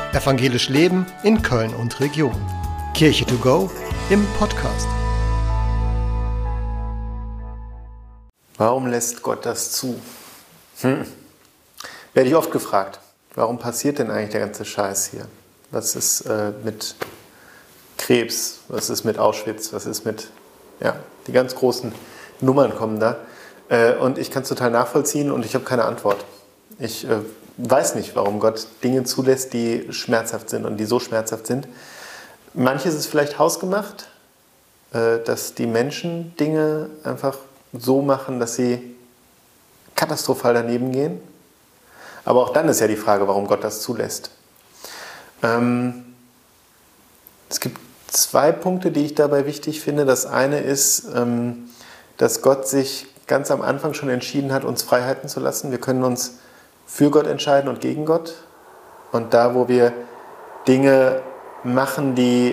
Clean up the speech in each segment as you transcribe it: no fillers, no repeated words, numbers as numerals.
Evangelisch Leben in Köln und Region. Kirche to go im Podcast. Warum lässt Gott das zu? Werde ich oft gefragt. Warum passiert denn eigentlich der ganze Scheiß hier? Was ist mit Krebs? Was ist mit Auschwitz? Was ist mit... Ja, die ganz großen Nummern kommen da. Und ich kann es total nachvollziehen und ich habe keine Antwort. Ich weiß nicht, warum Gott Dinge zulässt, die schmerzhaft sind und die so schmerzhaft sind. Manches ist vielleicht hausgemacht, dass die Menschen Dinge einfach so machen, dass sie katastrophal daneben gehen. Aber auch dann ist ja die Frage, warum Gott das zulässt. Es gibt zwei Punkte, die ich dabei wichtig finde. Das eine ist, dass Gott sich ganz am Anfang schon entschieden hat, uns Freiheiten zu lassen. Wir können uns für Gott entscheiden und gegen Gott. Und da, wo wir Dinge machen, die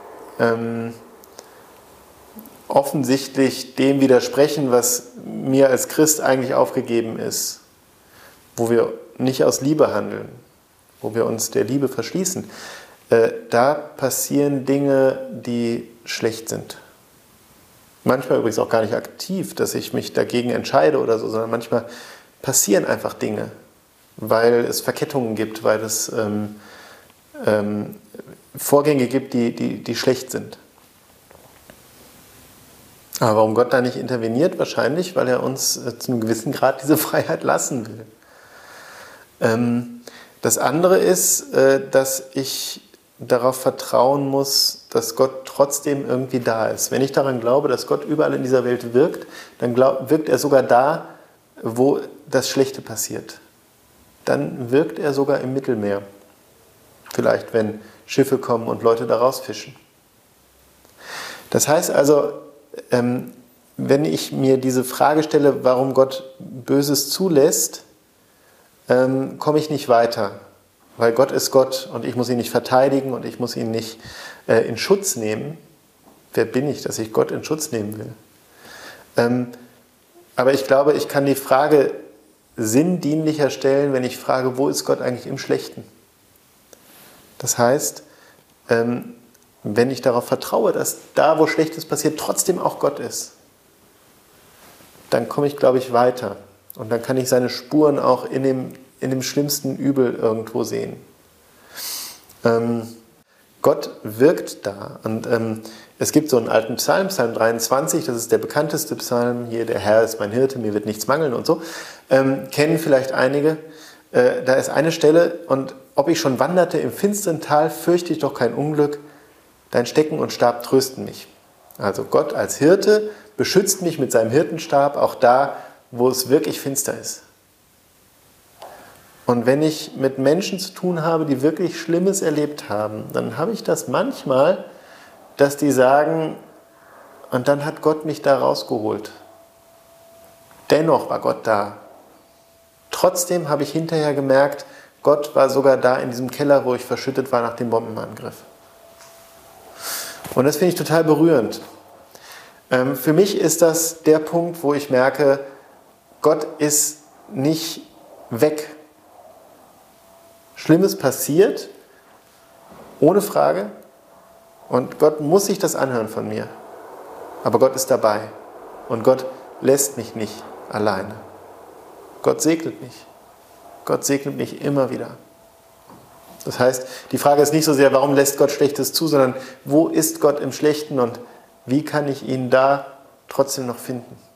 offensichtlich dem widersprechen, was mir als Christ eigentlich aufgegeben ist, wo wir nicht aus Liebe handeln, wo wir uns der Liebe verschließen, da passieren Dinge, die schlecht sind. Manchmal übrigens auch gar nicht aktiv, dass ich mich dagegen entscheide oder so, sondern manchmal passieren einfach Dinge, weil es Verkettungen gibt, weil es Vorgänge gibt, die schlecht sind. Aber warum Gott da nicht interveniert? Wahrscheinlich, weil er uns zu einem gewissen Grad diese Freiheit lassen will. Das andere ist, dass ich darauf vertrauen muss, dass Gott trotzdem irgendwie da ist. Wenn ich daran glaube, dass Gott überall in dieser Welt wirkt, dann wirkt er sogar da, wo das Schlechte passiert. Dann wirkt er sogar im Mittelmeer. Vielleicht, wenn Schiffe kommen und Leute da rausfischen. Das heißt also, wenn ich mir diese Frage stelle, warum Gott Böses zulässt, komme ich nicht weiter. Weil Gott ist Gott und ich muss ihn nicht verteidigen und ich muss ihn nicht in Schutz nehmen. Wer bin ich, dass ich Gott in Schutz nehmen will? Aber ich glaube, ich kann die Frage sinndienlicher stellen, wenn ich frage, wo ist Gott eigentlich im Schlechten? Das heißt, wenn ich darauf vertraue, dass da, wo Schlechtes passiert, trotzdem auch Gott ist, dann komme ich, glaube ich, weiter. Und dann kann ich seine Spuren auch in dem schlimmsten Übel irgendwo sehen. Gott wirkt da. Und es gibt so einen alten Psalm, Psalm 23, das ist der bekannteste Psalm hier, der Herr ist mein Hirte, mir wird nichts mangeln und so. Kennen vielleicht einige. Da ist eine Stelle, und ob ich schon wanderte im finsteren Tal, fürchte ich doch kein Unglück, dein Stecken und Stab trösten mich. Also Gott als Hirte beschützt mich mit seinem Hirtenstab, auch da, wo es wirklich finster ist. Und wenn ich mit Menschen zu tun habe, die wirklich Schlimmes erlebt haben, dann habe ich das manchmal, dass die sagen, und dann hat Gott mich da rausgeholt. Dennoch war Gott da. Trotzdem habe ich hinterher gemerkt, Gott war sogar da in diesem Keller, wo ich verschüttet war nach dem Bombenangriff. Und das finde ich total berührend. Für mich ist das der Punkt, wo ich merke, Gott ist nicht weg. Schlimmes passiert, ohne Frage, und Gott muss sich das anhören von mir. Aber Gott ist dabei und Gott lässt mich nicht alleine. Gott segnet mich. Gott segnet mich immer wieder. Das heißt, die Frage ist nicht so sehr, warum lässt Gott Schlechtes zu, sondern wo ist Gott im Schlechten und wie kann ich ihn da trotzdem noch finden?